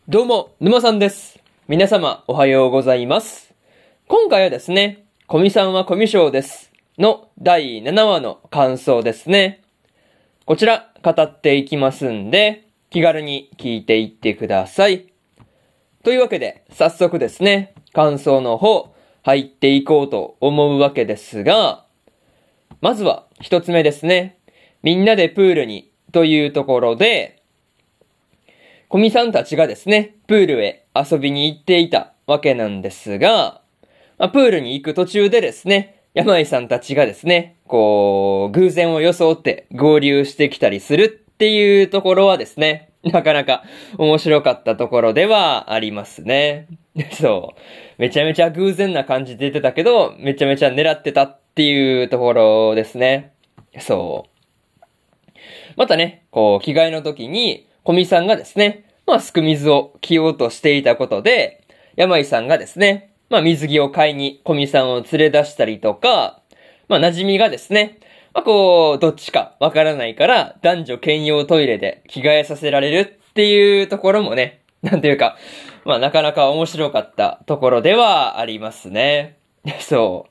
どうも、沼さんです。皆様、おはようございます。今回はですね、コミさんはコミュ障です。の第7話の感想ですね。こちら、語っていきますんで、気軽に聞いていってください。というわけで、早速ですね、感想の方、入っていこうと思うわけですが、まずは、一つ目ですね。みんなでプールに、というところで、コミさんたちがですね、プールへ遊びに行っていたわけなんですが、プールに行く途中でですね、山井さんたちがですね、偶然を装って合流してきたりするっていうところはですね、なかなか面白かったところではありますね。そう。めちゃめちゃ偶然な感じで出てたけど、めちゃめちゃ狙ってたっていうところですね。そう。またね、着替えの時に、コミさんがですね、すく水を着ようとしていたことで、山井さんがですね、水着を買いにコミさんを連れ出したりとか、馴染みがですね、どっちかわからないから男女兼用トイレで着替えさせられるっていうところもね、なんていうか、なかなか面白かったところではありますね。そう。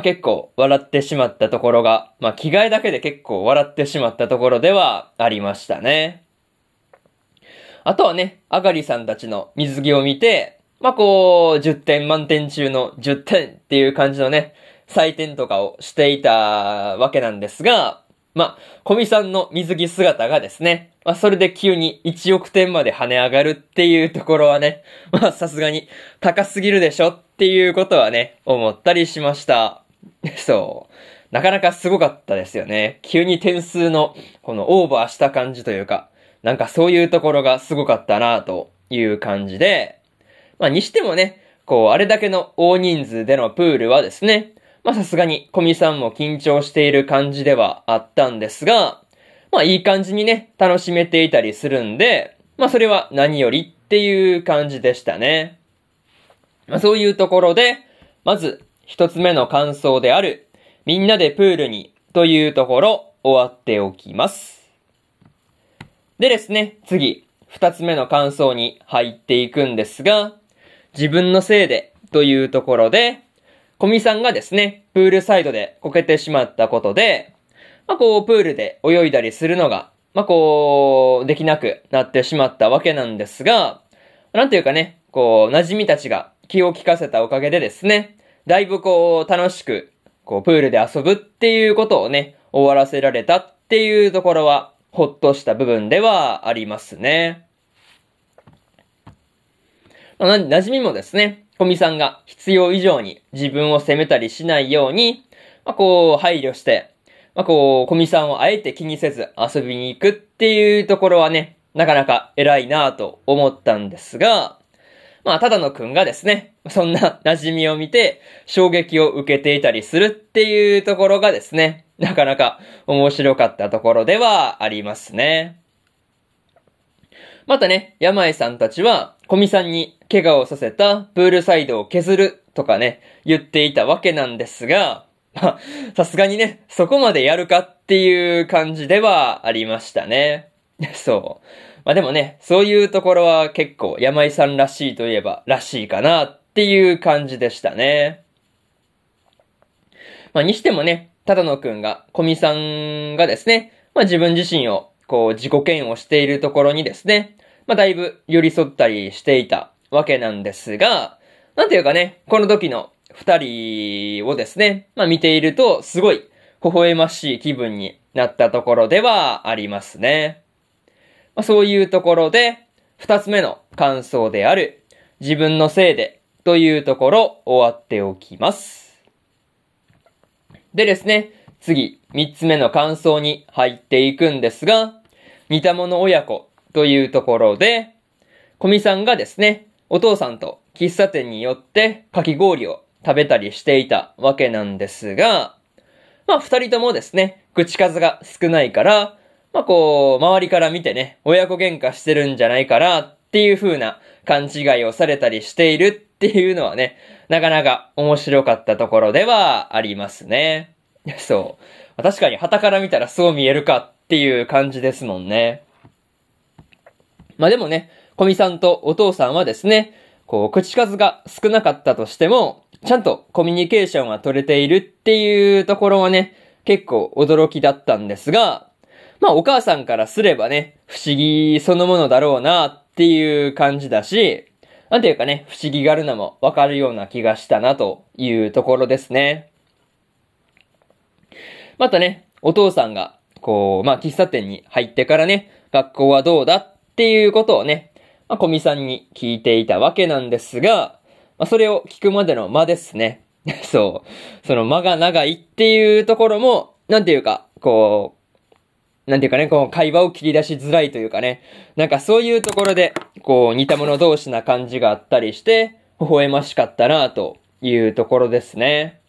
結構笑ってしまったところが、着替えだけで結構笑ってしまったところではありましたね。あとはね、あがりさんたちの水着を見て、10点満点中の10点っていう感じのね、採点とかをしていたわけなんですが、コミさんの水着姿がですね、それで急に1億点まで跳ね上がるっていうところはね、さすがに高すぎるでしょっていうことはね、思ったりしました。そう。なかなかすごかったですよね。急に点数のこのオーバーした感じというか、なんかそういうところがすごかったなという感じで、にしてもね、あれだけの大人数でのプールはですね、さすがにコミさんも緊張している感じではあったんですが、いい感じにね、楽しめていたりするんで、それは何よりっていう感じでしたね。そういうところで、まず一つ目の感想である、みんなでプールにというところ終わっておきます。でですね、次、二つ目の感想に入っていくんですが、自分のせいでというところで、コミさんがですね、プールサイドでこけてしまったことで、プールで泳いだりするのが、できなくなってしまったわけなんですが、なんていうかね、馴染みたちが気を利かせたおかげでですね、だいぶ楽しく、プールで遊ぶっていうことをね、終わらせられたっていうところは、ほっとした部分ではありますね。馴染みもですね、コミさんが必要以上に自分を責めたりしないように、配慮して、コミさんをあえて気にせず遊びに行くっていうところはね、なかなか偉いなぁと思ったんですが、只野くんがですね、そんな馴染みを見て衝撃を受けていたりするっていうところがですね、なかなか面白かったところではありますね。またね、山井さんたちは、小見さんに怪我をさせたプールサイドを削るとかね、言っていたわけなんですが、さすがにね、そこまでやるかっていう感じではありましたね。そう。でもね、そういうところは結構山井さんらしいといえばらしいかなっていう感じでしたね。にしてもね、只野くんが、小見さんがですね、自分自身を自己嫌悪しているところにですね、だいぶ寄り添ったりしていたわけなんですが、なんていうかね、この時の二人をですね、見ているとすごい微笑ましい気分になったところではありますね。そういうところで、二つ目の感想である、自分のせいでというところ終わっておきます。でですね、次、三つ目の感想に入っていくんですが、似た者親子というところで、小見さんがですね、お父さんと喫茶店に寄ってかき氷を食べたりしていたわけなんですが、二人ともですね、口数が少ないから、周りから見てね、親子喧嘩してるんじゃないかなっていう風な勘違いをされたりしているっていうのはね、なかなか面白かったところではありますね。そう。確かに旗から見たらそう見えるかっていう感じですもんね。でもね、 古見さんとお父さんはですね、口数が少なかったとしても、ちゃんとコミュニケーションが取れているっていうところはね、結構驚きだったんですが、お母さんからすればね、不思議そのものだろうなっていう感じだし、なんていうかね、不思議があるのもわかるような気がしたなというところですね。またね、お父さんが、喫茶店に入ってからね、学校はどうだっていうことをね、古見さんに聞いていたわけなんですが、それを聞くまでの間ですね。そう。その間が長いっていうところも、なんていうか、会話を切り出しづらいというかね、そういうところで、似た者同士な感じがあったりして、微笑ましかったなというところですね。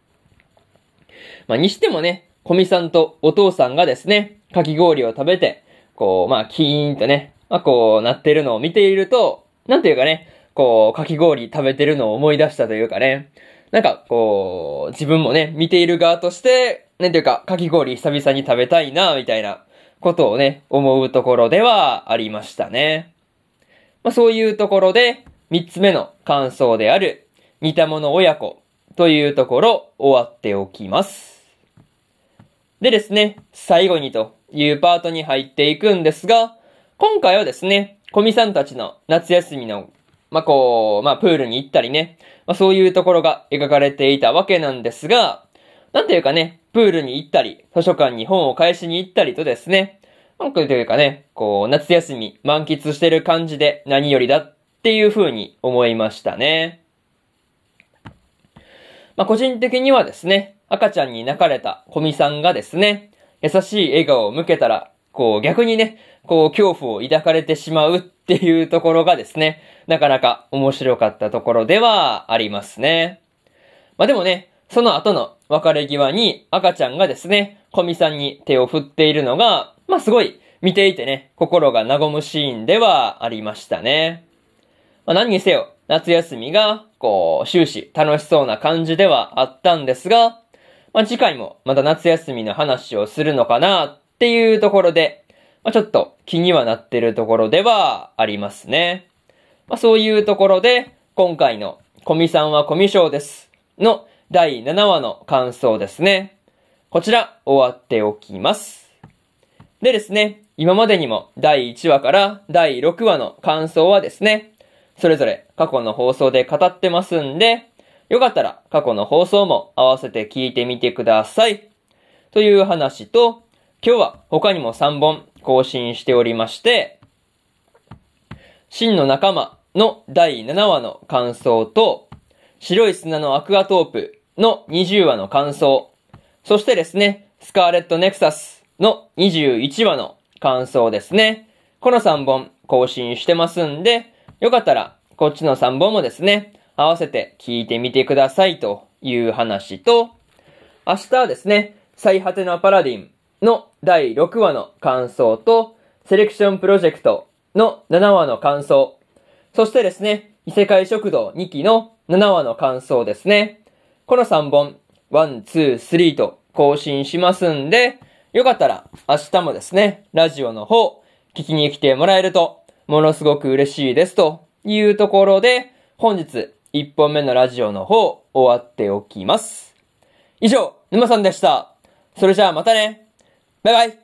にしてもね、古見さんとお父さんがですね、かき氷を食べて、キーンとね、なってるのを見ていると、なんていうかね、かき氷食べてるのを思い出したというかね、自分もね、見ている側として、なんていうか、かき氷久々に食べたいな、みたいなことをね、思うところではありましたね。そういうところで、三つ目の感想である、似た者親子というところ、終わっておきます。でですね、最後にというパートに入っていくんですが、今回はですね、古見さんたちの夏休みの、プールに行ったりね、そういうところが描かれていたわけなんですが、なんていうかね、プールに行ったり、図書館に本を返しに行ったりとですね、というかね、夏休み満喫してる感じで何よりだっていう風に思いましたね。個人的にはですね、赤ちゃんに泣かれた古見さんがですね、優しい笑顔を向けたら、逆にね、恐怖を抱かれてしまうっていうところがですね、なかなか面白かったところではありますね。でもね、その後の別れ際に赤ちゃんがですね、古見さんに手を振っているのが、すごい見ていてね、心が和むシーンではありましたね。何にせよ、夏休みが、終始楽しそうな感じではあったんですが、次回もまた夏休みの話をするのかなっていうところで、ちょっと気にはなってるところではありますね。そういうところで、今回の古見さんはコミュ障ですの第7話の感想ですね。こちら終わっておきます。でですね、今までにも第1話から第6話の感想はですね、それぞれ過去の放送で語ってますんで、よかったら過去の放送も合わせて聞いてみてください。という話と、今日は他にも3本更新しておりまして、真の仲間の第7話の感想と、白い砂のアクアトープの20話の感想、そしてですね、スカーレットネクサスの21話の感想ですね。この3本更新してますんで、よかったらこっちの3本もですね、合わせて聞いてみてくださいという話と、明日はですね、最果てのパラディンの第6話の感想と、セレクションプロジェクトの7話の感想、そしてですね、異世界食堂2期の7話の感想ですね。この3本、1、2、3と更新しますんで、よかったら明日もですね、ラジオの方、聞きに来てもらえると、ものすごく嬉しいですというところで、本日1本目のラジオの方、終わっておきます。以上、沼さんでした。それじゃあまたね。バイバイ。